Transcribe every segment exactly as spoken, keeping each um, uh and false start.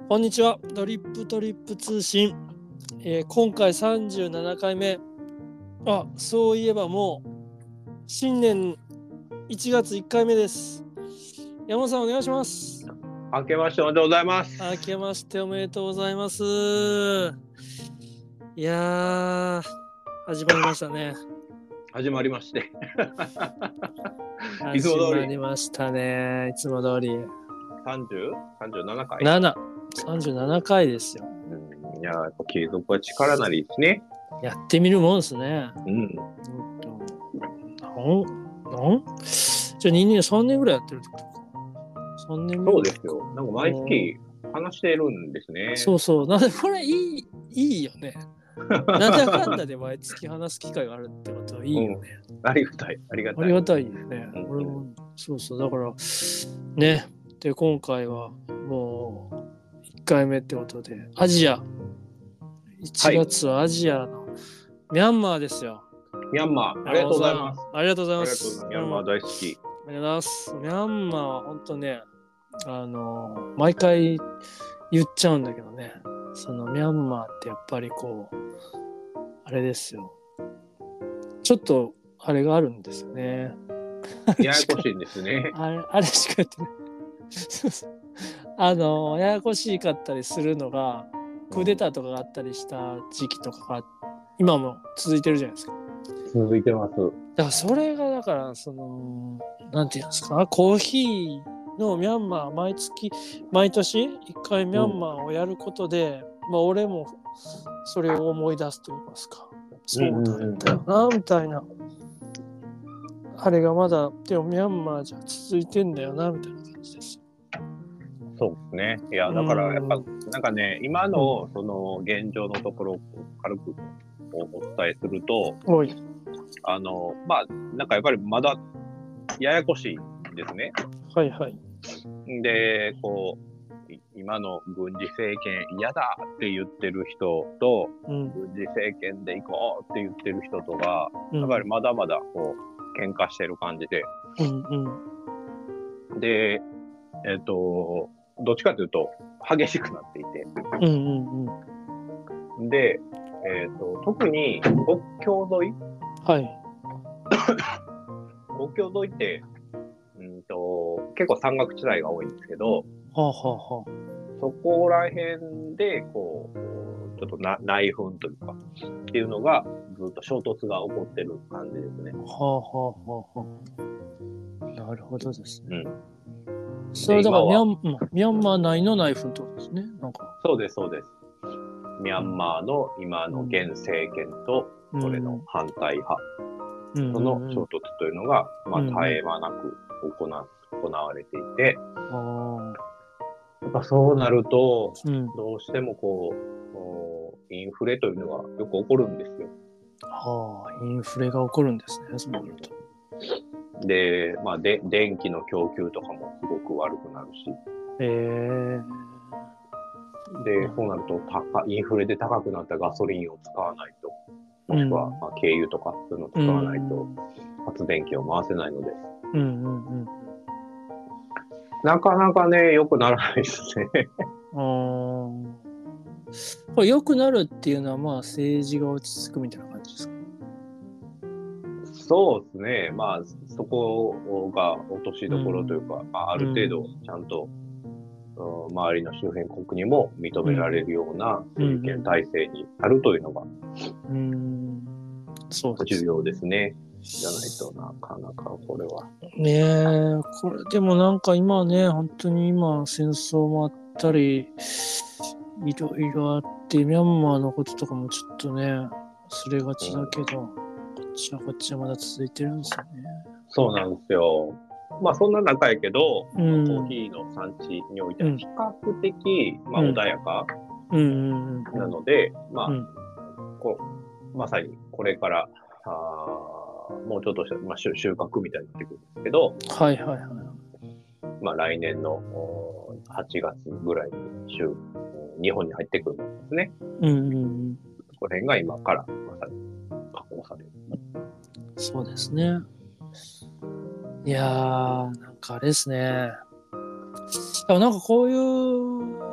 こんにちは。ドリップトリップ通信、えー今回さんじゅうななかいめ。あ、そういえばもう新年いちがついっかいめです。山本さんお願いします。 明けましておめでとうございます。 明けましておめでとうございます。いやー始まりましたね。 始まりましていつ始まも通りりましたね。いつも通りさんじゅう?さんじゅうなな 回、 なな、さんじゅうななかいですよ。 うん、いややっぱ継続は力なりですね。 やってみるもんですね。 うんうんとなんなんじゃあにねんさんねんぐらいやってるってことか。さんねんめそうですよ。なんか毎月話してるんですね。 そうそう。なんでこれいいいいよね。なんだかんだで毎月話す機会があるってことはいいよね。 ありがたい、ありがたい。 ありがたいよね。 うん俺もそうそう。だからね。で今回はもういっかいめってことでアジアいちがつはアジアのミャンマーですよ。 ミャンマー、ありがとうございます。 ありがとうございまありがとうございますす。 ミャンマー大好き。 ありがとうございます。ミャンマーは本当ね、あの毎回言っちゃうんだけどね、そのミャンマーってやっぱりこうあれですよ。ちょっとあれがあるんですよね。 ややこしいんですね。 あれあれしか言ってない。そうそう。あのややこしかったりするのがクーデターとかがあったりした時期とかが今も続いてるじゃないですか。 続いてます。 だからそれがだからそのなんていうんですか、コーヒーのミャンマー毎月毎年いっかいミャンマーをやることで、うん、まあ俺もそれを思い出すと言いますか、そうだったよなみたいな、あれがまだでもミャンマーじゃ続いてんだよなみたいな感じです。 そうですね。いやだからやっぱなんかね、今のその現状のところを軽くお伝えすると、 おいあのまあなんかやっぱりまだややこしいですね。 はいはい。 でこう今の軍事政権嫌だって言ってる人と、うん、軍事政権で行こうって言ってる人とが、うん、やっぱりまだまだこう喧嘩してる感じで、うんうん、でえっ、ー、とどっちかというと激しくなっていて、うんうんうん、で、えーと、特に国境沿い、はい、国境沿いって、うんと、結構山岳地帯が多いんですけど、はあはあはあ、そこら辺でこうちょっとな内紛というかっていうのがずっと衝突が起こってる感じですね。はあはあはあはあ、なるほどですね。うんそれだからミャン、ミャンマー内の内紛ってことですね。なんかそうですそうです。ミャンマーの今の現政権とそれの反対派、うん、その衝突というのが、まあ、絶え間なく行な行われていて、うん、やっぱそうなると、うん、どうしてもこうインフレというのがよく起こるんですよ。 はあ、インフレが起こるんですね。そうなると。 で、まあ、で電気の供給とかもすごく悪くなるし、えー、でそうなると高インフレで高くなったガソリンを使わないと、もしくは、まあ、軽油とかそういうのを使わないと発電機を回せないのです、うんうんうん、なかなかね良くならないですねあこれ良くなるっていうのはまあ政治が落ち着くみたいな感じですか？ そうですね。まあ、そこが落としどころというか、うんまあ、ある程度ちゃんと、うん、周りの周辺国にも認められるような政権体制になるというのが、うん、そうです重要ですね。じゃないとなかなかこれは。 ねえ、これでもなんか今ね、本当に今戦争もあったり、いろいろあって、ミャンマーのこととかもちょっとね、忘れがちだけど、うんこっちはこっちはまだ続いてるんですよね。 そうなんですよ。まあそんな中やけど、うん、コーヒーの産地においては比較的、うん、まあ穏やかなので、まあ、うん、こうまさにこれからあもうちょっとした、まあ、収穫みたいになってくるんですけど、 はいはいはい。 まあ来年のはちがつぐらいに週日本に入ってくるんですね。うんうんうん、この辺が今からまさに加工される。 そうですね。いやー、なんかあれですね。でもなんかこういう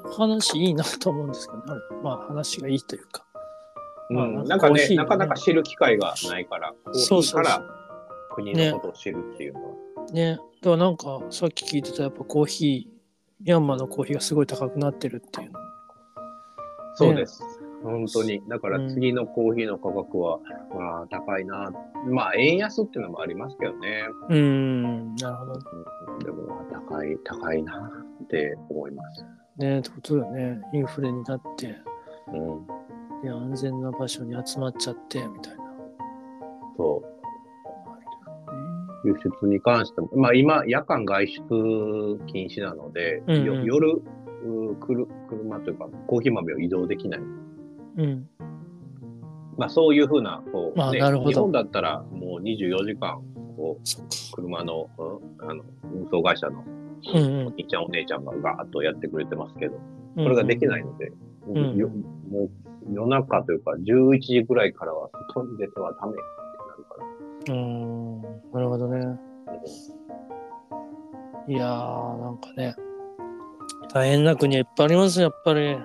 話いいなと思うんですけど、ね、まあ話がいいというか。 まあ、なんかね、なかなか知る機会がないから、コーヒーから国のことを知るっていうのは。 ね。ね。だからなんかさっき聞いてたやっぱコーヒー、ミャンマーのコーヒーがすごい高くなってるっていうの。 そうです。本当に。だから次のコーヒーの価格は、うん、まあ高いな。まあ円安っていうのもありますけどね。 うーん、なるほど。 でも高い、高いなって思います。 ね、ってことだよね。インフレになって、 うん、 で安全な場所に集まっちゃってみたいな。 そう。輸出に関しても、まあ今、夜間外出禁止なので、うんうん、夜くる、車というか、コーヒー豆を移動できない。 うん。まあそういうふうな、こう、 まあ、 ね、 なるほど。 日本だったらもうにじゅうよじかん、こう、車の、うん、あの、運送会社の、お兄ちゃんお姉ちゃんがガーッとやってくれてますけど、これができないので、うんうん、よもう夜中というかじゅういちじぐらいからは外に出てはダメってなるから。 うーん、なるほどね。いやー、なんかね、大変な国はいっぱいありますやっぱり。 うん、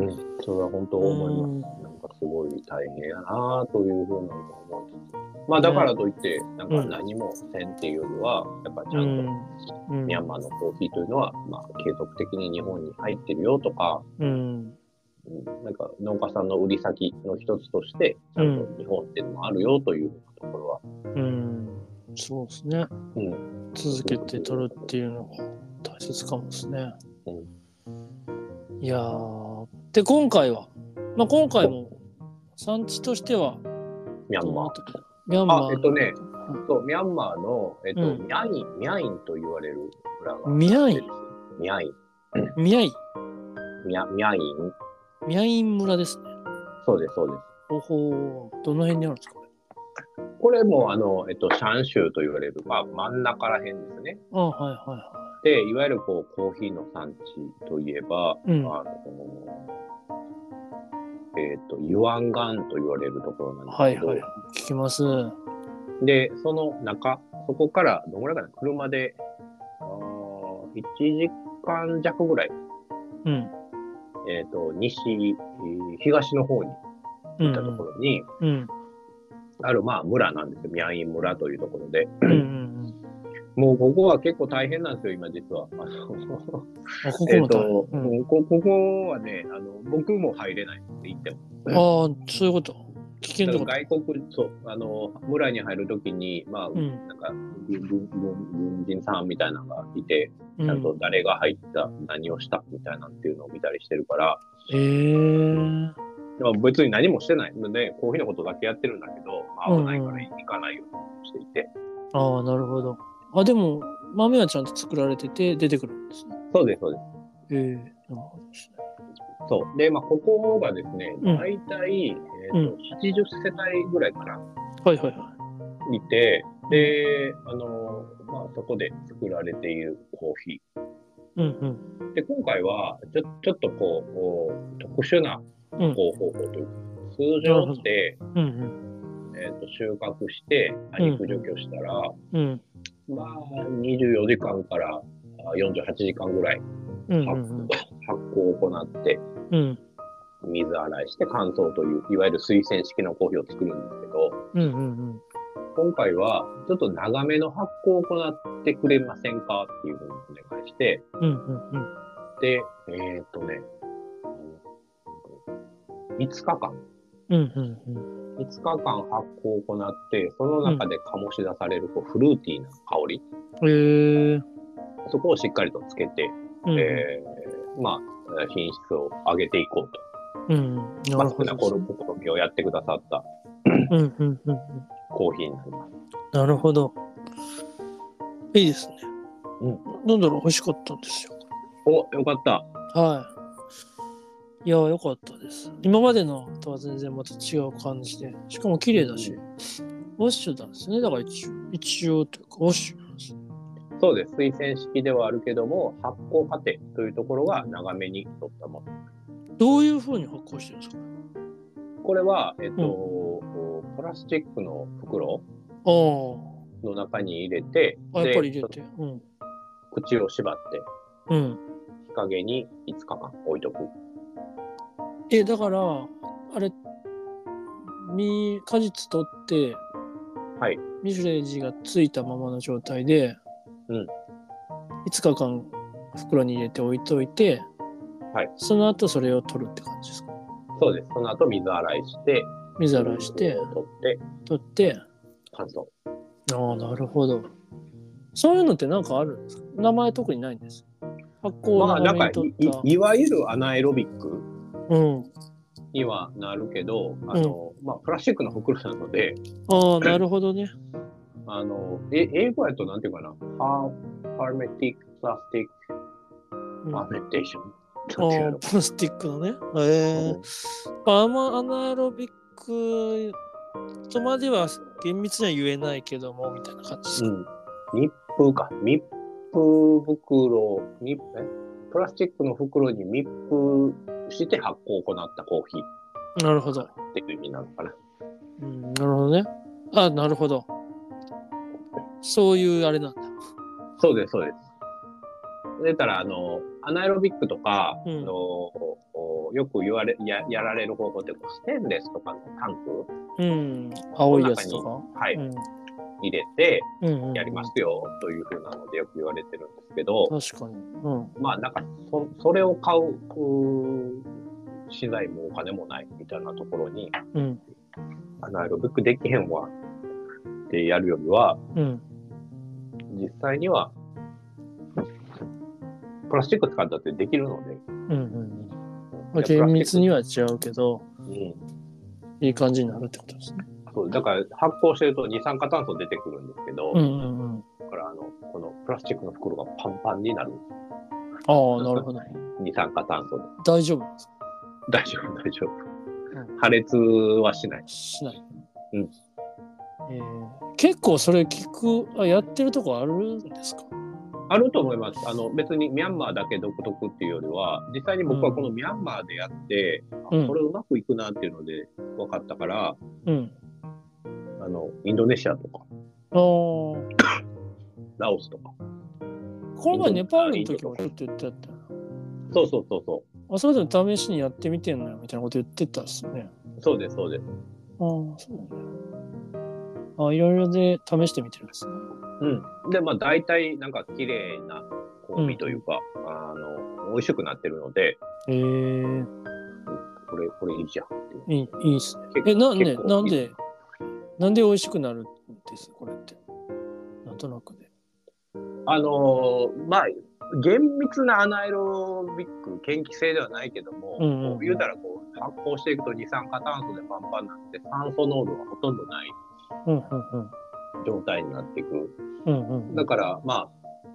それは本当思います。なんかすごい大変やなというふうな思いつつ。まあだからといって、ね、なんか何もせんっていうよりは、やっぱちゃんとミャンマーのコーヒーというのは、まあ継続的に日本に入ってるよとか、うん、なんか農家さんの売り先の一つとして、ちゃんと日本っていうのもあるよというところは。 うん、そうですね。うん、続けて取るっていうのが大切かもですね。うん、いやー、で今回は、まあ今回も産地としてはミャンマー。 ミャンマー。 あ、えっとね、そう、ミャンマーの、えっと、うん、ミャイン、ミャインと言われる村が。 ミャインミャイン。 ミャインミャ、ミャイン。 ミャイン村ですね。 そうです、そうです。 ほほー、どの辺にあるんですか、これ。 これも、あの、えっと、シャン州と言われる、まあ、真ん中ら辺ですね。 あ、はいはいはい。 で、いわゆるこう、コーヒーの産地といえば、うん、あの、えっと、ユアンガンと言われるところなんですけど。 はいはい。聞きます。 で、その中、そこからどのぐらいかな、車で、あいちじかん弱ぐらい。うん。えっと、西、東の方に行ったところに、うんうん、ある、まあ、村なんですよ。ミャイン村というところで。うんうんうん、もう、ここは結構大変なんですよ、今、実は。あのあここも大変、えーとうん、こここはね、あの、僕も入れないって言っても。 ああ、そういうこと。危険なこと。 外国、そう、あの、村に入るときに、まあ、うん、なんか軍、軍、軍人さんみたいなのがいて、ちゃんと誰が入った、うん、何をしたみたいなっていうのを見たりしてるから。へえー。でも別に何もしてないので、コーヒーのことだけやってるんだけど、まあ、危ないから行かないようにしていて。 うんうん、ああ、なるほど。あ、でも、豆はちゃんと作られてて出てくるんですね。 そうです、そうです。 ええー、なるほどですね。 そう。で、まあ、ここがですね、うん、大体、えーとうん、はちじゅっせたいぐらいかな。 はいはいはい。 いて、で、あの、まあ、そこで作られているコーヒー。うんうん、で、今回はちょ、ちょっとこう、特殊な加工方法というか、うん、通常って、うんうん、えーと、収穫して果肉除去したら、うん、まあ、にじゅうよじかんからよんじゅうはちじかんぐらい発酵、うんうんうん、発酵を行って、うん、水洗いして乾燥という、いわゆる水洗式のコーヒーを作るんですけど、うんうんうん、今回はちょっと長めの発酵を行ってくれませんかっていうふうにお願いして、うんうんうん、で、えー、っとね、いつかかん、うんうんうん、いつかかん発酵を行って、その中で醸し出されるこうフルーティーな香り、うん、そこをしっかりとつけて、うんうん、えー、まあ、品質を上げていこうと。うん、マスクな試みをやってくださったうんうんうん、コーヒーになります。 なるほど。いいですね。うん。なんだろう、美味しかったんですよ。 お、よかった。 はい。いや、よかったです。今までのとは全然また違う感じで、しかも綺麗だし、うん、ウォッシュなんですね。だから一応、一応というか、ウォッシュなんです。 そうです。水洗式ではあるけども、発酵過程というところが長めに取ったもの。 どういうふうに発酵してるんですか？ これは、えっと、うん、プラスチックの袋の中に入れて、 あ、やっぱり入れて、 うん、口を縛って、うん、 陰にいつかかん置いとく。 え、だから、あれ、み果実取って、 はい。 ミシュレージがついたままの状態で、 うん。 いつかかん袋に入れて置いといて、 はい。 その後それを取るって感じですか？ そうです。その後水洗いして、 水洗いして、 取って、 取って、 乾燥。 ああ、なるほど。そういうのって何かあるんですか？名前特にないんです。発酵を長めに取った、 まあ、なんかい、いわゆるアナエロビックうんにはなるけど、あの、うん、まあ、プラスチックの袋なので、 ああ、なるほどね。 あの、え、英語やとなんていうかな、ハー、ハーメティック、プラスティック、ファーメンテーション。 ああ、プラスティックのね。えー、あんまアナエロビックとまでは厳密には言えないけども、みたいな感じですか。うん、 密封か。密封袋、密えプラスチックの袋に密封して発酵を行ったコーヒー。なるほど。 っていう意味なのかな。 うん、なるほどね。あ、なるほど。そういうあれなんだ。 そうです、そうです。出たら、あの、アナエロビックとか、うん、あのよく言われや、やられる方法って、ステンレスとかのタンク、 うん、青いやつとか、 はい、うん、入れてやりますよ、というふうなのでよく言われてるんですけど、 確かに。うん、 まあ、なんかそ、それを買う、資材もお金もないみたいなところに、うん、アナエロビックできへんわってやるよりは、うん、実際には、プラスチック使ったってできるので。うんうんうん。厳密には違うけど、うん、いい感じになるってことですね。 そう、だから発酵してると二酸化炭素出てくるんですけど、うんうんうん、だからあの、このプラスチックの袋がパンパンになるんですよ。 ああ、なるほど。 二酸化炭素で。 大丈夫なんですか？ 大丈夫、大丈夫。うん、破裂はしない。 しない。 うん。 えー、結構それ聞く、あ、やってるとこあるんですか？ あると思います。あの別にミャンマーだけ独特っていうよりは、実際に僕はこのミャンマーでやって、うん、これうまくいくなっていうので分かったから、うん、あのインドネシアとか、ラオスとか。 この前ネパールの時もちょっと言ってたよ。 そうそうそうそう。 あそれでも試しにやってみてんのよみたいなこと言ってたっすよね。 そうですそうです。 ああ、そうだね。あ、いろいろで試してみてるんですね。 うん。で、まあ、大体、なんか、綺麗な香味というか、うん、あの、美味しくなってるので、へえー。これ、これいいじゃんっていう。 いい、いいっすね。え、なんで、なんで、なんで美味しくなるんですこれって。なんとなくで。 あのー、まあ、厳密なアナエロビック、嫌気性ではないけども、うんうんうん、言うたらこう、発酵していくと二酸化炭素でパンパンになって、酸素濃度がほとんどない。うんうんうん状態になっていく、うんうん、だからまあ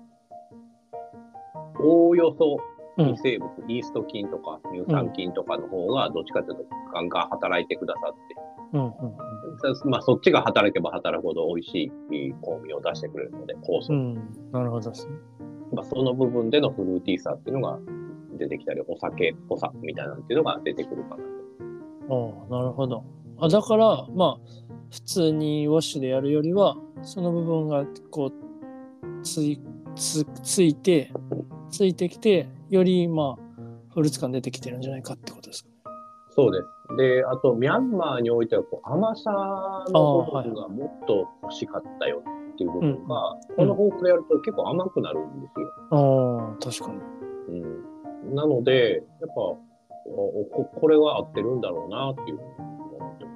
おおよそ微生物、うん、イースト菌とか乳酸菌とかの方がどっちかというとガンガン働いてくださって、うんうんうん、まあそっちが働けば働くほど美味しい香味を出してくれるので酵素、うん、 なるほどですね。 まあ、その部分でのフルーティーさっていうのが出てきたりお酒っぽさみたいなっていうのが出てくるかなと。 ああ、なるほど。あ、だからまあ普通にウォッシュでやるよりはその部分がこうつい、つ、ついてついてきてよりまあフルーツ感出てきてるんじゃないかってことですかね。 そうです。で、あとミャンマーにおいてはこう甘さの部分がもっと欲しかったよっていう部分が、はい、この方法でやると結構甘くなるんですよ。 ああ、確かに。うん。なのでやっぱここれは合ってるんだろうなっていうふうに思ってます。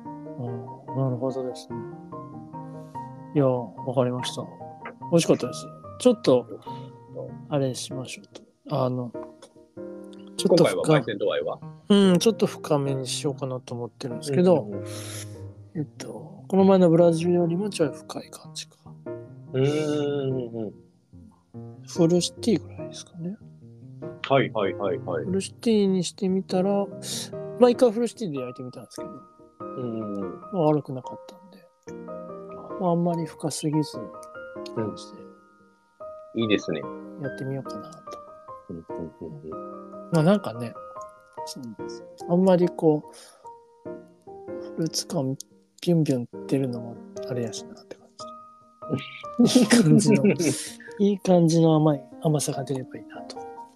なるほどですね。いや、わかりました。美味しかったです。ちょっと、あれしましょうと。あの、 ちょっと今回は焙煎度合いはうん、ちょっと深めにしようかなと思ってるんですけど、うんうんうん、えっと、この前のブラジルよりもちょい深い感じか。うーん。フルシティぐらいですかね。 はいはいはいはい。 フルシティにしてみたら、まあ一回フルシティで焼いてみたんですけど、うんうん、まあ、悪くなかったんで、まあ、あんまり深すぎず感じで、 うん、いいですね。 やってみようかなと。うんうんうんうん、まあなんかね、あんまりこうフルーツ感ビュンビュン出るのもあれやしなって感じ。いい感じのいい感じの甘い甘さが出ればいいなと。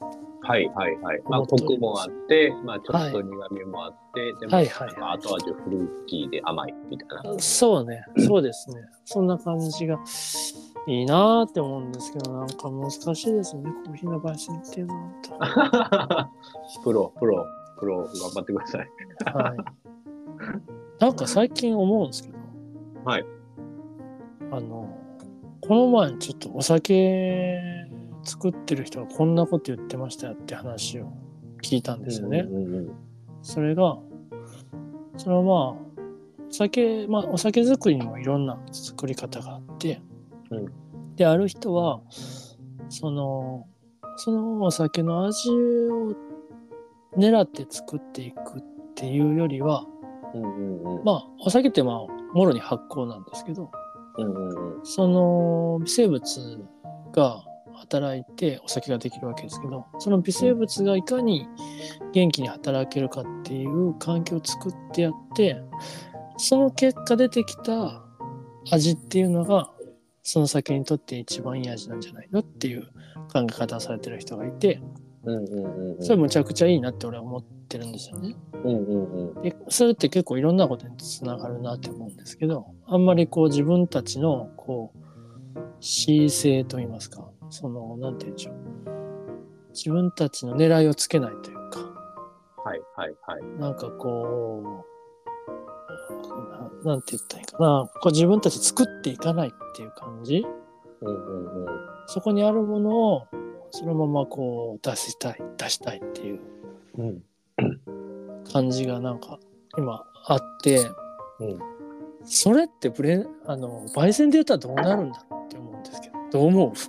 はいはいはい。まあ、コクもあって、まあ、ちょっと苦味もあって、はい、でも、 はいはいはい、 なんか後味フルーティーで甘いみたいな。 そうね、そうですね。そんな感じがいいなーって思うんですけど、なんか難しいですね、コーヒーの焙煎っていうのは。 プロ、プロ、プロ、頑張ってください。 はい。なんか最近思うんですけど、 はい。 あの、この前ちょっとお酒作ってる人がこんなこと言ってましたよって話を聞いたんですよね。 うんうんうん、 それが、そのまあ、お酒、まあお酒作りにもいろんな作り方があって、 うん、 で、ある人は、その、そのお酒の味を狙って作っていくっていうよりは、 うんうんうん、 まあ、お酒ってまあ、もろに発酵なんですけど、 うんうんうん、 その微生物が働いてお酒ができるわけですけど、その微生物がいかに元気に働けるかっていう環境を作ってやって、その結果出てきた味っていうのが、その酒にとって一番いい味なんじゃないのっていう考え方をされてる人がいて、 うんうんうんうん、 それむちゃくちゃいいなって俺は思ってるんですよね。 うんうんうん、 でそれって結構いろんなことにつながるなって思うんですけど、あんまりこう自分たちのこう恣意性といいますか、そのなんて言うんでしょう、自分たちの狙いをつけないというか、 はいはいはい、 なんかこう な, なんて言ったらいいかな、こう自分たち作っていかないっていう感じ、 うんうんうん、 そこにあるものをそのままこう出したい出したいっていう感じがなんか今あって、うん、それってブレあの焙煎で言ったらどうなるんだろうって思うんですけど、どう思う？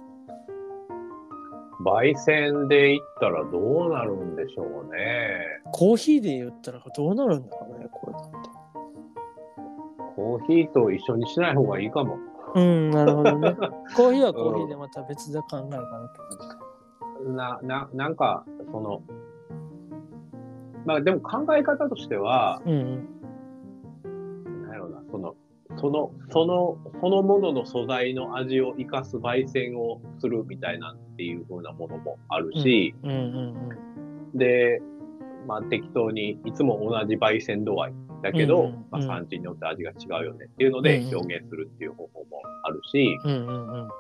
焙煎で言ったらどうなるんでしょうね。 コーヒーで言ったらどうなるんだろうね、これだって。 コーヒーと一緒にしない方がいいかも。 うん、なるほどね。コーヒーはコーヒーでまた別で考えるかなって感じか。 な、な、なんか、その、まあでも考え方としては、うん、なんやろうな、その、その、その、そのものの素材の味を生かす焙煎をするみたいなっていう風なものもあるし、うんうんうんうん、で、まあ適当にいつも同じ焙煎度合いだけど、うんうん、まあ、産地によって味が違うよねっていうので表現するっていう方法もあるし、うんうんうん、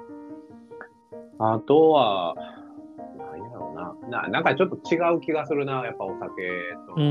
あとは、何やろうな。な、なんかちょっと違う気がするな、やっぱお酒と。 うん。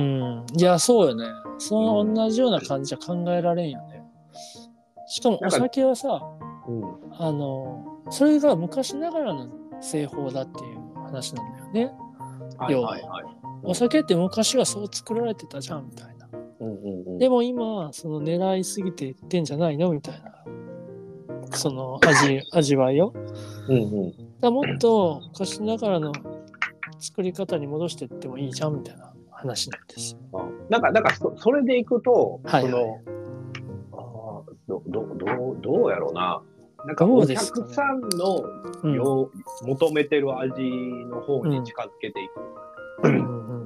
いや、そうよね。その同じような感じじゃ考えられんよね。しかもお酒はさ、うん、あの、それが昔ながらの製法だっていう話なんだよね。 はいはいはい。 お酒って昔はそう作られてたじゃんみたいな。うんうんうん、でも今、その狙いすぎていってんじゃないのみたいな。その味、味わいを。うんうん、だもっと昔ながらの作り方に戻していってもいいじゃんみたいな話なんです。 なんか、なんかそ、それでいくと、はいはい、その、あど、ど、どう、どうやろうな。なんかお客さんの、ね、うん、求めてる味の方に近づけていく、うん、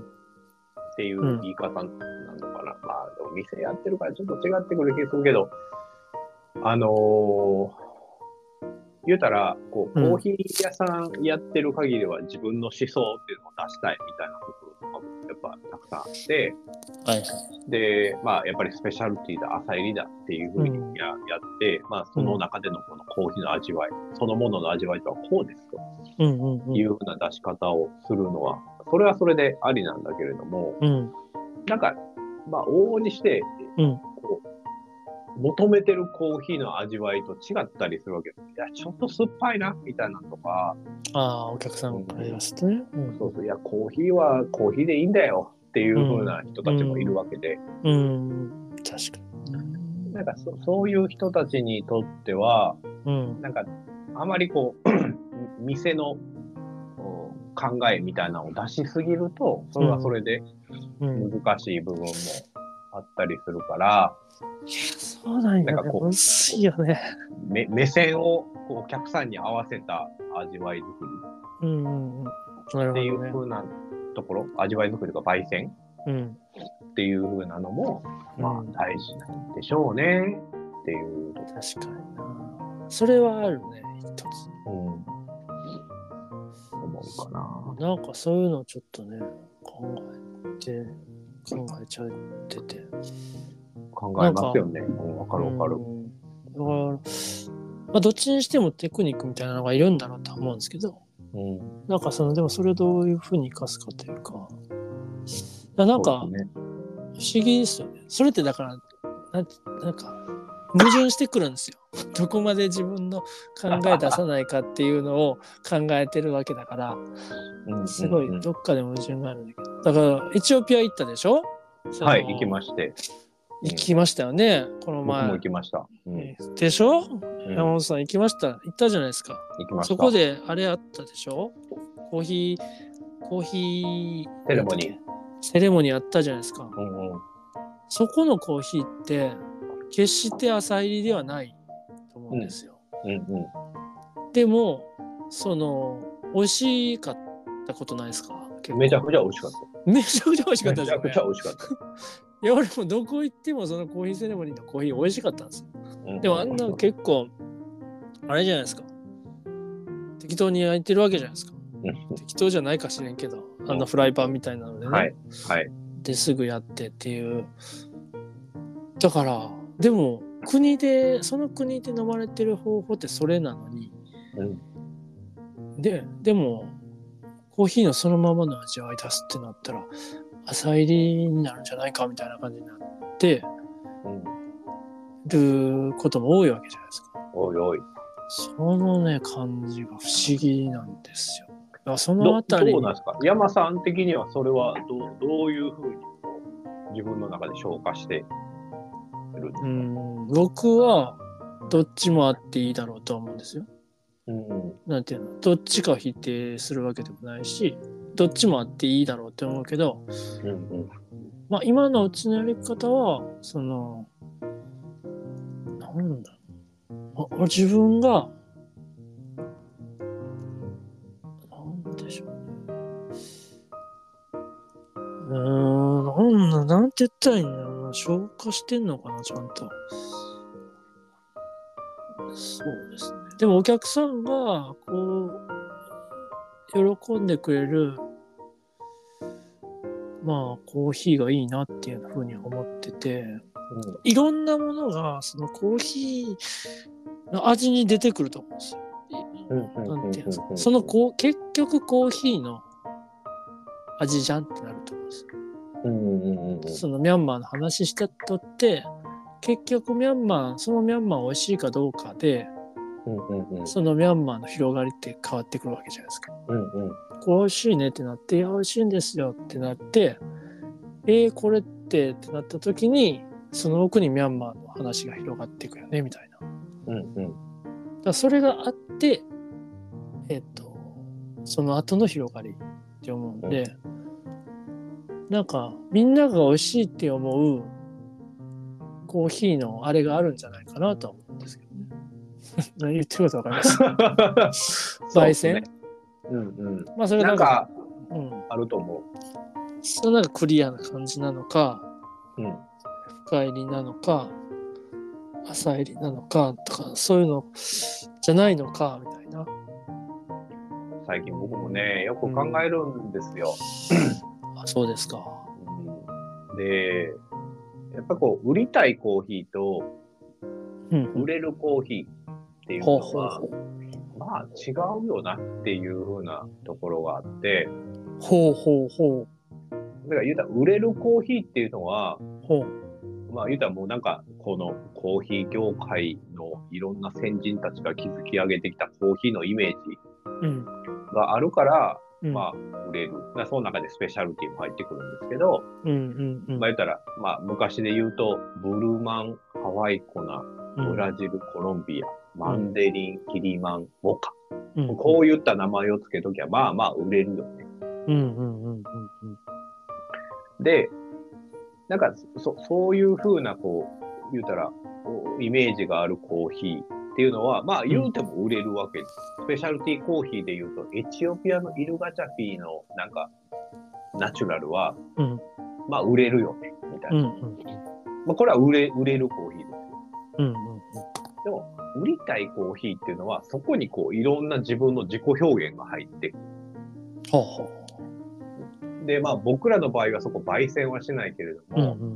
っていう言い方なのかな。うん、まあ、でも店やってるからちょっと違ってくる気がするけど、あのー、言うたら、こう、コーヒー屋さんやってる限りは自分の思想っていうのを出したいみたいなところとかもやっぱたくさんあって、はいはい、で、まあやっぱりスペシャルティだ、浅入りだっていうふうに や,、うん、やって、まあその中でのこのコーヒーの味わい、そのものの味わいとはこうですと、うんうんうん、いうふうな出し方をするのは、それはそれでありなんだけれども、うん、なんか、まあ往々にして、うん求めてるコーヒーの味わいと違ったりするわけです。いや、ちょっと酸っぱいな、みたいなとか。 ああ、お客さんから言わせてね、 うん。そうそう。いや、コーヒーはコーヒーでいいんだよっていう風な人たちもいるわけで。 うん。うんうん、確かに。なんかそ、そういう人たちにとっては、うん、なんか、あまりこう、店の考えみたいなのを出しすぎると、それはそれで難しい部分もあったりするから、 いや、そうなんや、なんかこう、難しいよね。 目目線をこうお客さんに合わせた味わい作り、うんうんうん、っていう風なところ、味わい作りとか焙煎、うん、っていう風なのも、うん、まあ大事なんでしょうねっていう。 確かにな。それはあるね、一つ。うん。 思うかな。 なんかそういうのちょっとね、考えて、考えちゃってて。 考えますよね。わかるわかる。 だから、まあ、どっちにしてもテクニックみたいなのがいるんだろうと思うんですけど、うん、なんかその、でもそれをどういうふうに生かすかというか、なんか、不思議ですよね。それってだから、な、なんか、矛盾してくるんですよ。どこまで自分の考え出さないかっていうのを考えてるわけだから、すごいどっかで矛盾があるんだけど。だからエチオピア行ったでしょ？ はい、行きまして。 行きましたよね、この前。 僕も行きました。 うん、でしょ？うん、山本さん行きました。行ったじゃないですか。 行きました。 そこであれあったでしょ？コーヒー、コーヒーセレモニー。 セレモニーあったじゃないですか。うんうん、そこのコーヒーって決して浅入りではないと思うんですよ。うんうんうん、でもその美味しかったことないですか？ めちゃくちゃ美味しかった。 めちゃくちゃ美味しかったですよね。 めちゃくちゃ美味しかった。 いや俺もどこ行ってもそのコーヒーセレモニーのコーヒー美味しかったんですよ。うん、でもあんな結構あれじゃないですか。適当に焼いてるわけじゃないですか。適当じゃないかしれんけど、あんなフライパンみたいなのでね。はいはい、ですぐやってっていう。だからでも国でその国で飲まれてる方法ってそれなのに、うん、ででもコーヒーのそのままの味わい出すってなったら浅入りになるんじゃないかみたいな感じになってることも多いわけじゃないですか。 おいおい。 そのね感じが不思議なんですよ。そのあたりどうなんですか。山さん的にはそれはどう、どういうふうに自分の中で消化してるんですか。うん、 僕はどっちもあっていいだろうと思うんですよ。うん、なんていうの、どっちかを否定するわけでもないし、どっちもあっていいだろうって思うけど、うんうん、まあ今のうちのやり方はそのなんだろう、自分がなんでしょうね、うーん、なんなんて言ったらいいんだろうな、消化してんのかなちゃんと。そうですね。でもお客さんがこう喜んでくれるまあコーヒーがいいなっていうふうに思ってて、うん、いろんなものがそのコーヒーの味に出てくると思うんですよ。なんていうんですか。そのこう結局コーヒーの味じゃんってなると思うんですよ。うんうんうん、そのミャンマーの話したとって結局ミャンマーそのミャンマー美味しいかどうかで、うんうんうん、そのミャンマーの広がりって変わってくるわけじゃないですか。うんうん、こう美味しいねってなって、いや美味しいんですよってなって、えー、これってってなった時にその奥にミャンマーの話が広がっていくよねみたいな。うんうん、だからそれがあってえっとその後の広がりって思うんで、うん、なんかみんなが美味しいって思うコーヒーのあれがあるんじゃないかなとは思うんですけどね。何言ってることわかります焙煎、ね、うんうん。まあそれなんか、 うん、あると思う。 それなんかクリアな感じなのか、うん、深入りなのか、浅入りなのかとかそういうのじゃないのかみたいな。 最近僕もねよく考えるんですよ。 うん、あ、そうですか。 うん、で、やっぱこう売りたいコーヒーと売れるコーヒーっていうのは、うんうん、まあ違うよなっていう風なところがあって、 ほうほうほう。 だから言うたら売れるコーヒーっていうのは、ほう、まあ言うたらもうなんかこのコーヒー業界のいろんな先人たちが築き上げてきたコーヒーのイメージがあるから、うん、まあ売れる。その中でスペシャルティも入ってくるんですけど、うんうんうん、まあ言ったら、まあ昔で言うとブルーマン、ハワイコナ、ブラジル、コロンビア、マンデリン、キリマン、モカ、うん、こういった名前を付けときゃまあまあ売れるよね。うんうんうんうんうん、で、なんかそそういう風なこう言うたらイメージがあるコーヒーっていうのはまあ言うても売れるわけです。うん、スペシャルティーコーヒーで言うとエチオピアのイルガチャフィーのなんかナチュラルは、うん、まあ売れるよねみたいな。うんうん、まあこれは売れ売れるコーヒーですよ。うんうんうん、でも売りたいコーヒーっていうのはそこにこういろんな自分の自己表現が入ってくる。 ほうほう。で、まあ僕らの場合はそこ焙煎はしないけれども、うんうんうん、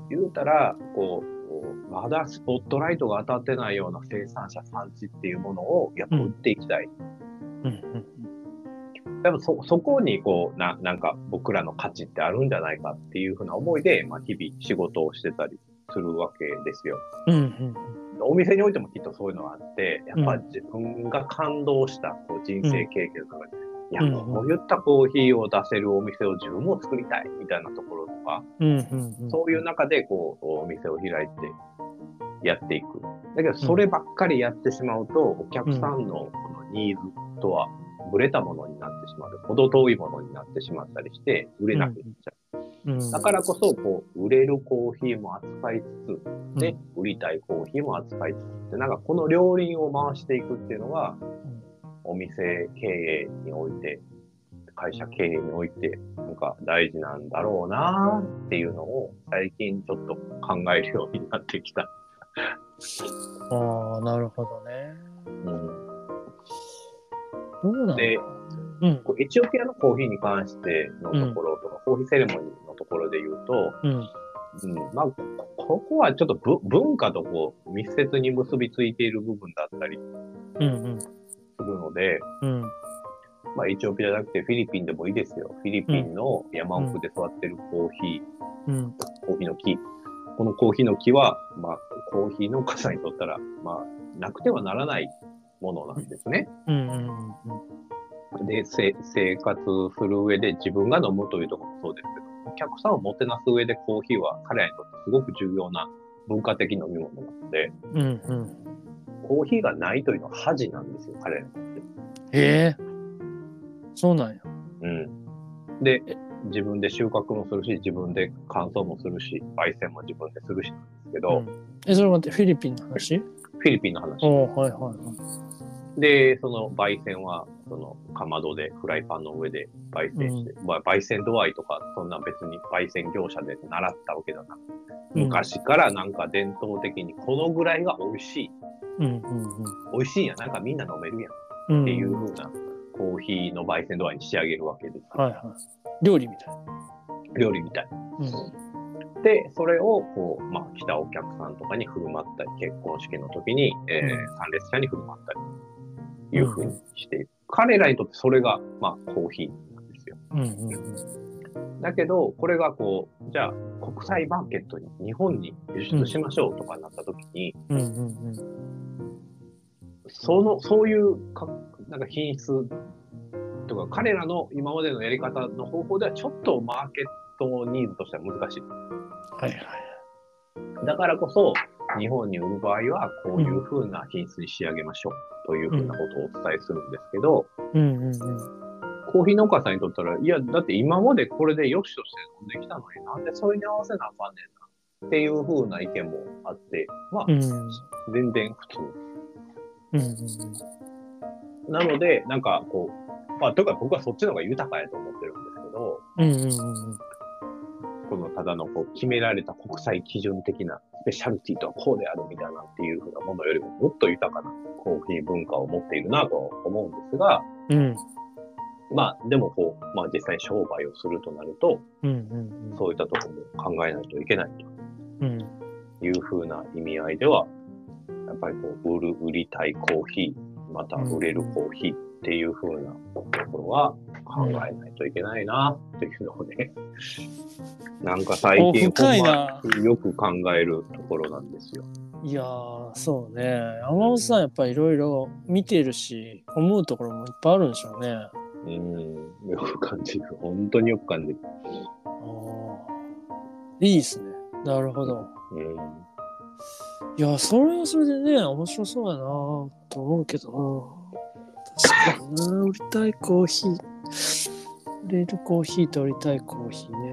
言うたら、こう、まだスポットライトが当たってないような生産者産地っていうものをやっぱ売っていきたい。うんうんうん、でもそ、そこにこう、な、なんか僕らの価値ってあるんじゃないかっていうふうな思いで、まあ日々仕事をしてたりするわけですよ。うんうん、お店においてもきっとそういうのがあって、やっぱ自分が感動したこう人生経験の中で、いや、こういったコーヒーを出せるお店を自分も作りたいみたいなところとか、うんうんうん、そういう中でこうお店を開いてやっていく。だけどそればっかりやってしまうと、お客さんのこのニーズとはブレたものになってしまう。程遠いものになってしまったりして売れなくなっちゃう。うん、だからこそこう売れるコーヒーも扱いつつ、で、うん、売りたいコーヒーも扱いつつって、なんかこの両輪を回していくっていうのが、お店経営において、会社経営において、なんか大事なんだろうなっていうのを最近ちょっと考えるようになってきた。 ああ、なるほどね。うん。どうなんだろう。うん、 エチオピアのコーヒーに関してのところとか、うん、コーヒーセレモニーのところで言うと、うんうん、まあ、ここはちょっと文化とこう密接に結びついている部分だったりするので、うんうん、まあ、エチオピアじゃなくてフィリピンでもいいですよ。フィリピンの山奥で育ってるコーヒー、うん、コーヒーの木。このコーヒーの木は、まあ、コーヒー農家さんにとったら、まあ、なくてはならないものなんですね。うんうんうん、で、生活する上で自分が飲むというところもそうですけど、お客さんをもてなす上でコーヒーは彼らにとってすごく重要な文化的飲み物なので、うんうん、コーヒーがないというのは恥なんですよ、彼らにとって。 へえ、そうなんや。 うん。で、自分で収穫もするし、自分で乾燥もするし、焙煎も自分でするしなんですけど。うん、 え、それ待って、フィリピンの話？ フィリピンの話。 おはいはいはい。 で、その焙煎は、そのかまどでフライパンの上で焙煎して、うん、まあ、焙煎度合いとか、そんな別に焙煎業者で習ったわけだなく、うん、昔からなんか伝統的にこのぐらいが美味しい。うんうんうん、美味しいんや、なんかみんな飲めるやん。っていう風なコーヒーの焙煎度合いに仕上げるわけです。 はいはい。料理みたい。 料理みたい。うん、で、それをこう、まあ、来たお客さんとかに振る舞ったり、結婚式の時に、えーうん、参列者に振る舞ったり、いう風にしている。うん、彼らにとってそれが、まあ、コーヒーなんですよ。うんうんうん、だけど、これがこう、じゃあ、国際マーケットに、日本に輸出しましょうとかになった時に、うんうんうん、その、そういうか、なんか品質とか、彼らの今までのやり方の方法ではちょっとマーケットニーズとしては難しい。はいはい。だからこそ、日本に売る場合は、こういう風な品質に仕上げましょうという風なことをお伝えするんですけど、うんうんうん、コーヒー農家さんにとったら、いや、だって今までこれで良しとして飲んできたのになんでそれに合わせなあかんねんなっていう風な意見もあって、まあ、うん、全然普通。うんうんうん、なので、なんかこう、まあ、というか僕はそっちの方が豊かやと思ってるんですけど、うんうんうん、このただのこう決められた国際基準的なスペシャルティとはこうであるみたいなっていう風なものよりももっと豊かなコーヒー文化を持っているなと思うんですが、うん、まあでもこう、まあ実際商売をするとなると、うんうんうん、そういったところも考えないといけないという風な意味合いでは、やっぱりこう売る、売りたいコーヒー、また売れるコーヒーっていう風なところは考えないといけないなっていうのをね、なんか最近ほんまよく考えるところなんですよ。 いやー、そうね。山本さんやっぱりいろいろ見てるし、思うところもいっぱいあるんでしょうね。 うん、よく感じる。本当によく感じる。 ああ、いいですね。なるほど。うん、いや、それはそれでね、面白そうやなと思うけどな。確かにな、売りたいコーヒー。売れるコーヒーと売りたいコーヒーね。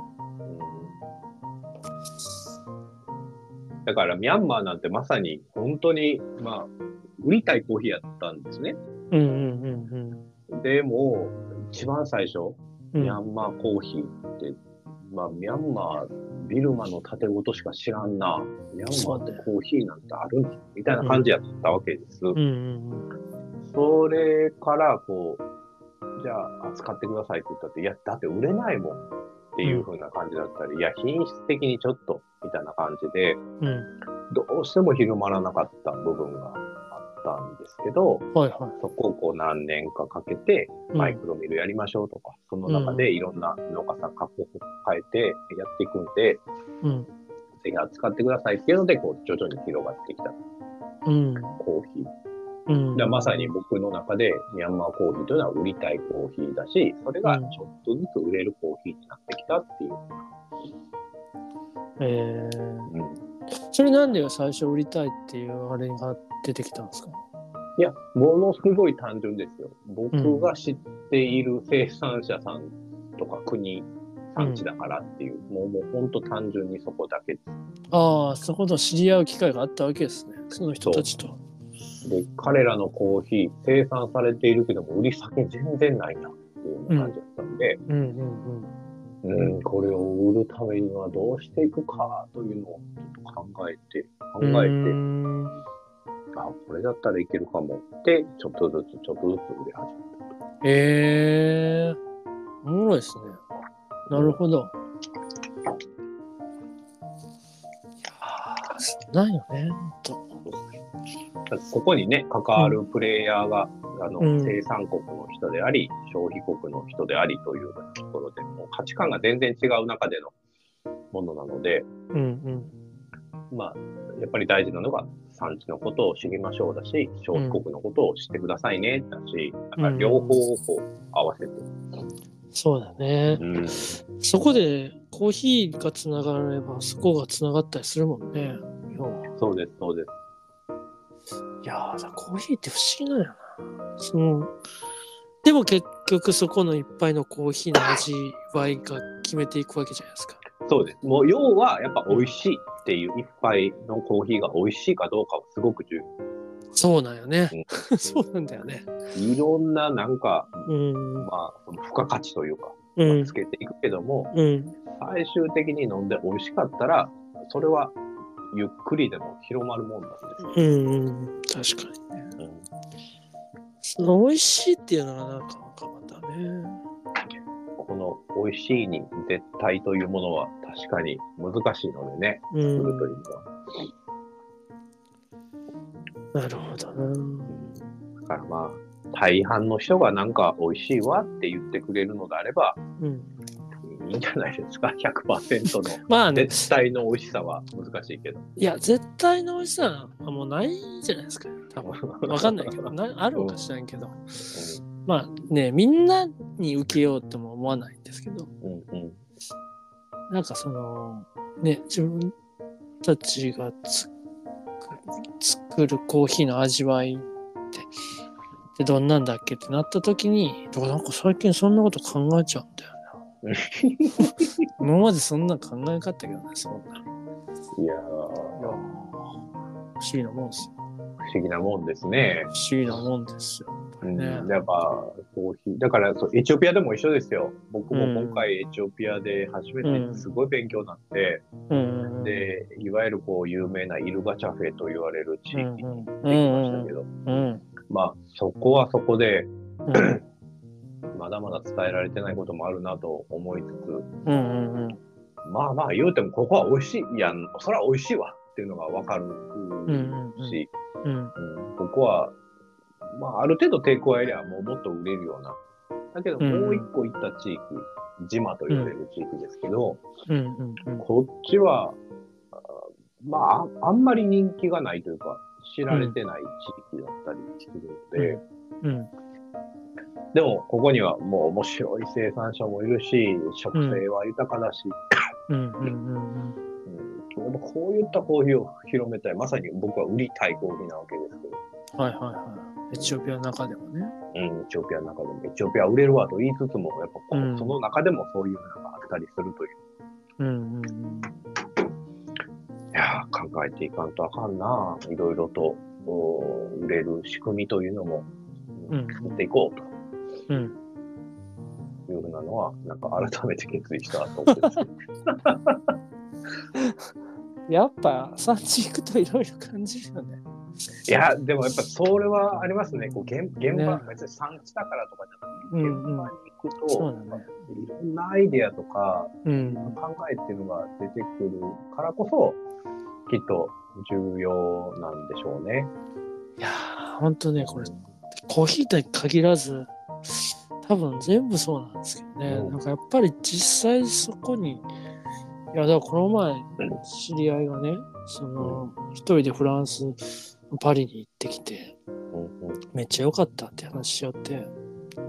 うん、だからミャンマーなんてまさに本当に、まあ、売りたいコーヒーやったんですね。うんうんうんうん、でも、一番最初、ミャンマーコーヒーって、うん、まあ、ミャンマー、ビルマの縦ごとしか知らんな。ミャンマーでコーヒーなんてあるのみたいな感じやったわけです。うんうんうん、それから、こう、 じゃあ使ってくださいって言ったって、いや、だって売れないもんっていう風な感じだったり、うん、いや、品質的にちょっとみたいな感じで、うん、どうしても広まらなかった部分があったんですけど、はいはい、そこをこう何年かかけて、マイクロミルやりましょうとか、うん、その中でいろんな農家さん、加工を変えてやっていくんで、うん、ぜひ扱ってくださいっていうので、こう徐々に広がってきた、うん、コーヒー。うん、まさに僕の中でミャンマーコーヒーというのは売りたいコーヒーだし、それがちょっとずつ売れるコーヒーになってきたっていう。 えーうん、それなんで最初売りたいっていうあれが出てきたんですか？ いや、ものすごい単純ですよ。僕が知っている生産者さんとか国、産地だからっていう、うん、もうもう本当単純にそこだけです。 ああ、そこと知り合う機会があったわけですね。その人たちと。 で、彼らのコーヒー生産されているけども売り先全然ないなっていうような感じだったんで、うんうんうんうん、これを売るためにはどうしていくかというのをちょっと考えて考えて、あ、これだったらいけるかもってちょっとずつちょっとずつ売れ始めた。 へえー、おもろいですね。なるほど。うん、いやー、そうなんよね。とここにね関わるプレイヤーが、うん、あの生産国の人であり、うん、消費国の人でありというところでもう価値観が全然違う中でのものなので、うんうん、まあやっぱり大事なのが産地のことを知りましょうだし、消費国のことを知ってくださいねだし、うん、だから両方をこう合わせて、うん、 そうだね、うん、そこでコーヒーがつながればそこがつながったりするもんね。 そうですそうです。 いやー、コーヒーって不思議なんやな。そのでも結局そこの一杯のコーヒーの味わいが決めていくわけじゃないですか。 そうです。もう要はやっぱ美味しいっていう一杯のコーヒーが美味しいかどうかはすごく重要。 そうなんよね。うん、そうなんだよね。 いろんななんか、うん、まあその付加価値というか、うん、まあ、つけていくけども、うん、最終的に飲んで美味しかったらそれはゆっくりでも広まるもんなんですよ。 うんうん、確かにね。うん、その美味しいっていうのはなんかまたね。 この美味しいに絶対というものは確かに難しいのでね、作るというのは。 なるほどな。 だからまあ大半の人がなんか美味しいわって言ってくれるのであれば、うん、いいんじゃないですか。 ひゃくパーセント のまあ、ね、絶対の美味しさは難しいけど。 いや絶対の美味しさはもうないじゃないですか。多分わかんないけどなあるのか知らんけど、うん、まあねみんなに受けようとも思わないんですけど、うんうん、なんかそのね自分たちがつ作るコーヒーの味わいってでどんなんだっけってなった時になんか最近そんなこと考えちゃうんだよね。今までそんな考えなかったけどね。そんないやー不思議なもんですよ。 不思議なもんですね。 不思議なもんですよ。 ね、うん、やっぱコーヒーだからそうエチオピアでも一緒ですよ。僕も今回エチオピアで初めてすごい勉強になって、うん、でいわゆるこう有名なイルガチャフェと言われる地域に行ってきましたけど、うんうん、まあそこはそこで、うん、まだまだ伝えられてないこともあるなと思いつつ、うんうんうん、まあまあ言うてもここは美味しいいやそれは美味しいわっていうのが分かるし、うんうんうん、ここはまあ、ある程度抵抗ありゃもうもっと売れるような。だけど、もう一個行った地域、ジマと言われる地域ですけど、うんうんうん、こっちは、まあ、あんまり人気がないというか、知られてない地域だったりするので、うんうん、でも、ここにはもう面白い生産者もいるし、食性は豊かだし、こういったコーヒーを広めたい、まさに僕は売りたいコーヒーなわけですけど。 はいはいはい。エチオピアの中でもね。 うん、エチオピアの中でも。エチオピア売れるわと言いつつも、やっぱ、うん、その中でもそういうのがあったりするという。うんうんうん、いやー、考えていかんとあかんな。いろいろと売れる仕組みというのも、うん、作っていこうと。うん。いうふうなのは、なんか改めて決意したと思ってます。 やっぱ産地行くといろいろ感じるよね。 いや、でもやっぱそれはありますね。こう現現場、ね、別に産地だからとかじゃなくて、現場に行くと、うんうんね、いろんなアイデアとか、うん、考えっていうのが出てくるからこそ、きっと重要なんでしょうね。 いやー、ほんとね、これ、コーヒーと限らず、多分全部そうなんですけどね、うん、なんかやっぱり実際そこに、いや、だからこの前、知り合いがね、その、うん、一人でフランス、パリに行ってきて、うんうん、めっちゃ良かったって話し合って、うん、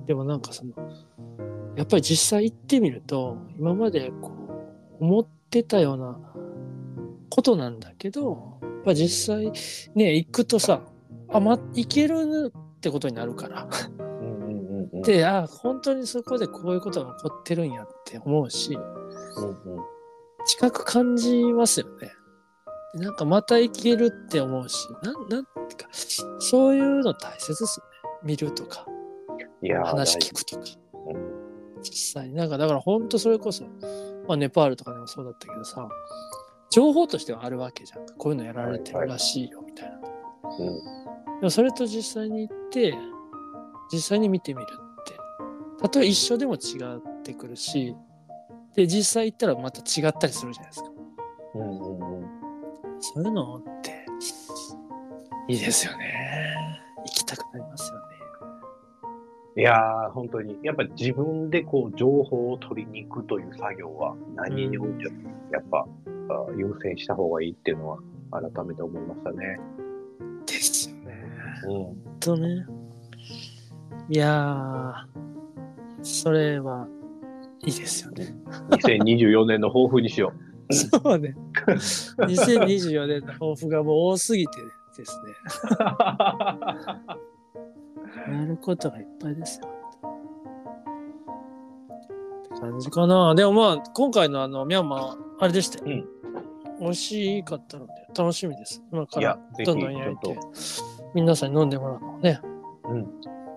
でもなんかその、やっぱり実際行ってみると、今までこう、思ってたようなことなんだけど、やっぱ実際ね、行くとさ、あ、ま、行けるってことになるから。で、あ、本当にそこでこういうことが起こってるんやって思うし、うんうん、近く感じますよね。なんかまた行けるって思うし、なん、なんてか、そういうの大切ですよね。見るとか、いや話聞くとか。うん、実際に。なんかだから本当それこそ、まあネパールとかでもそうだったけどさ、情報としてはあるわけじゃん。こういうのやられてるらしいよ、みたいな。はいはい、うん、でもそれと実際に行って、実際に見てみるって、たとえ一緒でも違ってくるし、で、実際行ったらまた違ったりするじゃないですか。うんうんうん、そういうのっていいですよね。行きたくなりますよね。 いやー、本当に。やっぱ自分でこう情報を取りに行くという作業は何においてもやっぱ、うん、優先した方がいいっていうのは改めて思いましたね。 ですよね。うん。ほんとね。いやー、それはいいですよね。 にせんにじゅうよねんの抱負にしよう。そうね。にせんにじゅうよねんの抱負がもう多すぎてですね。やることがいっぱいですよ。って感じかな。でもまあ、今回のあの、ミャンマー、あれでしたよ。うん。美味しかったので、楽しみです。今からどんどん焼いて、皆さんに飲んでもらうのをね。うん。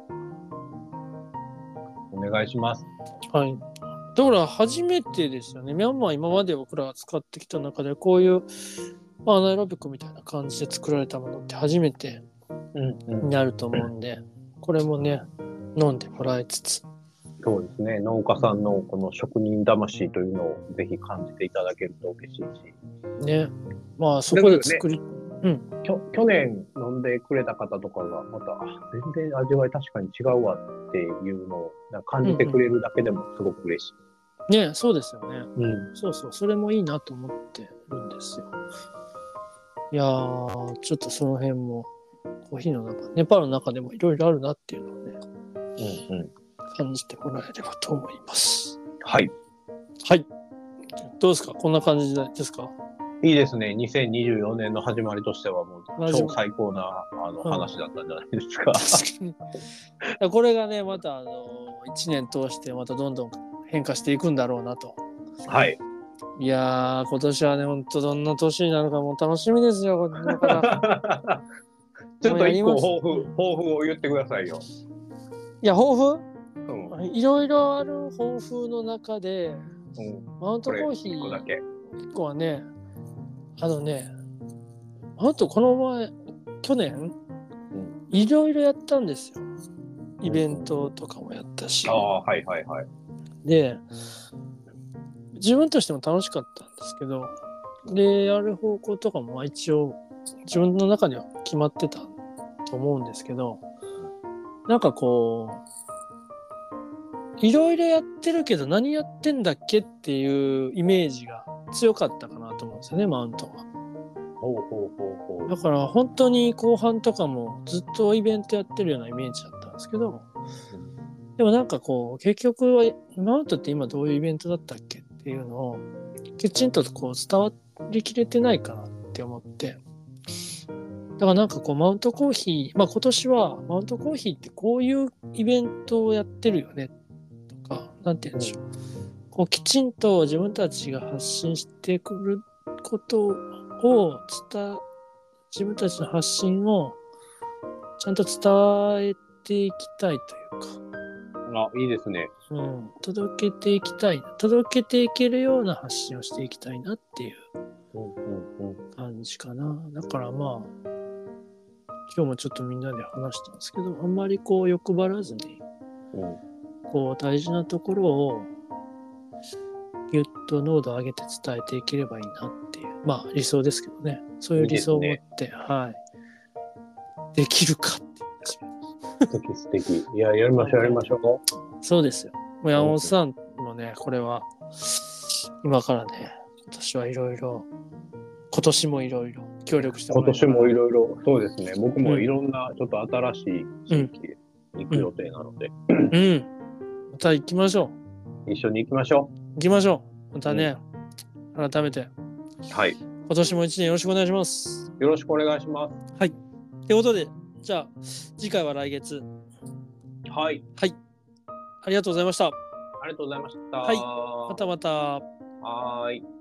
お願いします。 はい。だから初めてですよね。ミャンマー今まで僕らが使ってきた中で、こういう、まあ、アナエロビックみたいな感じで作られたものって初めてになると思うんで、うんうん、これもね、飲んでもらいつつ。 そうですね。農家さんのこの職人魂というのをぜひ感じていただけると嬉しいし。 ね。まあそこで作り、ね、 うん。去年飲んでくれた方とかがまた全然味わい確かに違うわっていうのを感じてくれるだけでもすごく嬉しい。 うんうん、ね、そうですよね。うん。そうそう、それもいいなと思ってるんですよ。いやー、ちょっとその辺もコーヒーの中、ネパールの中でもいろいろあるなっていうのをね、うんうん、感じてもらえればと思います。 はい。 はい。どうですか？こんな感じですか？ いいですね。にせんにじゅうよねんの始まりとしてはもう超最高なあの、うん、話だったんじゃないですか。 確かに。これがね、またあのいちねん通してまたどんどん変化していくんだろうなと。 はい。 いやー、今年はね、ほんとどんな年になるかもう楽しみですよ。だからちょっと一個抱負、抱負を言ってくださいよ。 いや、抱負、うん、いろいろある抱負の中で、うん、マウントコーヒーいっこだけ。いっこはね、あのね、マウントこの前、去年、いろいろやったんですよ。イベントとかもやったし。 うん、ああ、はいはいはい。 で、自分としても楽しかったんですけど、で、やる方向とかも一応自分の中には決まってたと思うんですけど、なんかこう、いろいろやってるけど何やってんだっけっていうイメージが強かったかなと思うんですよね、マウントは。 ほうほうほうほう。 だから本当に後半とかもずっとイベントやってるようなイメージだったんですけど、でもなんかこう結局はマウントって今どういうイベントだったっけっていうのをきちんとこう伝わりきれてないかなって思って、だからなんかこうマウントコーヒー、まあ今年はマウントコーヒーってこういうイベントをやってるよねとか、なんて言うんでしょう、こうきちんと自分たちが発信してくることを伝自分たちの発信をちゃんと伝えていきたいというか、 あ、いいですね。 うん、届けていきたい、届けていけるような発信をしていきたいなっていう感じかな。だからまあ今日もちょっとみんなで話したんですけど、あんまりこう欲張らずに、うん、こう大事なところをぎゅっと濃度を上げて伝えていければいいなっていう、まあ理想ですけどね。そういう理想を持って、いいね、はい。できるかっていう素敵素敵。いや、やりましょうやりましょう。 そうですよ。もう山本さんもね、これは今からね、今年はいろいろ、今年もいろいろ協力してもらいながら。 今年もいろいろ、そうですね。僕もいろんなちょっと新しい地域へ行く予定なので。 うん。うん、また行きましょう。一緒に行きましょう。 行きましょう。またね、うん、改めて。 はい。 今年も一年よろしくお願いします。 よろしくお願いします。 はい。ということで、じゃあ次回は来月。 はい。 はい。ありがとうございました。ありがとうございました。 はい。またまた。 はーい。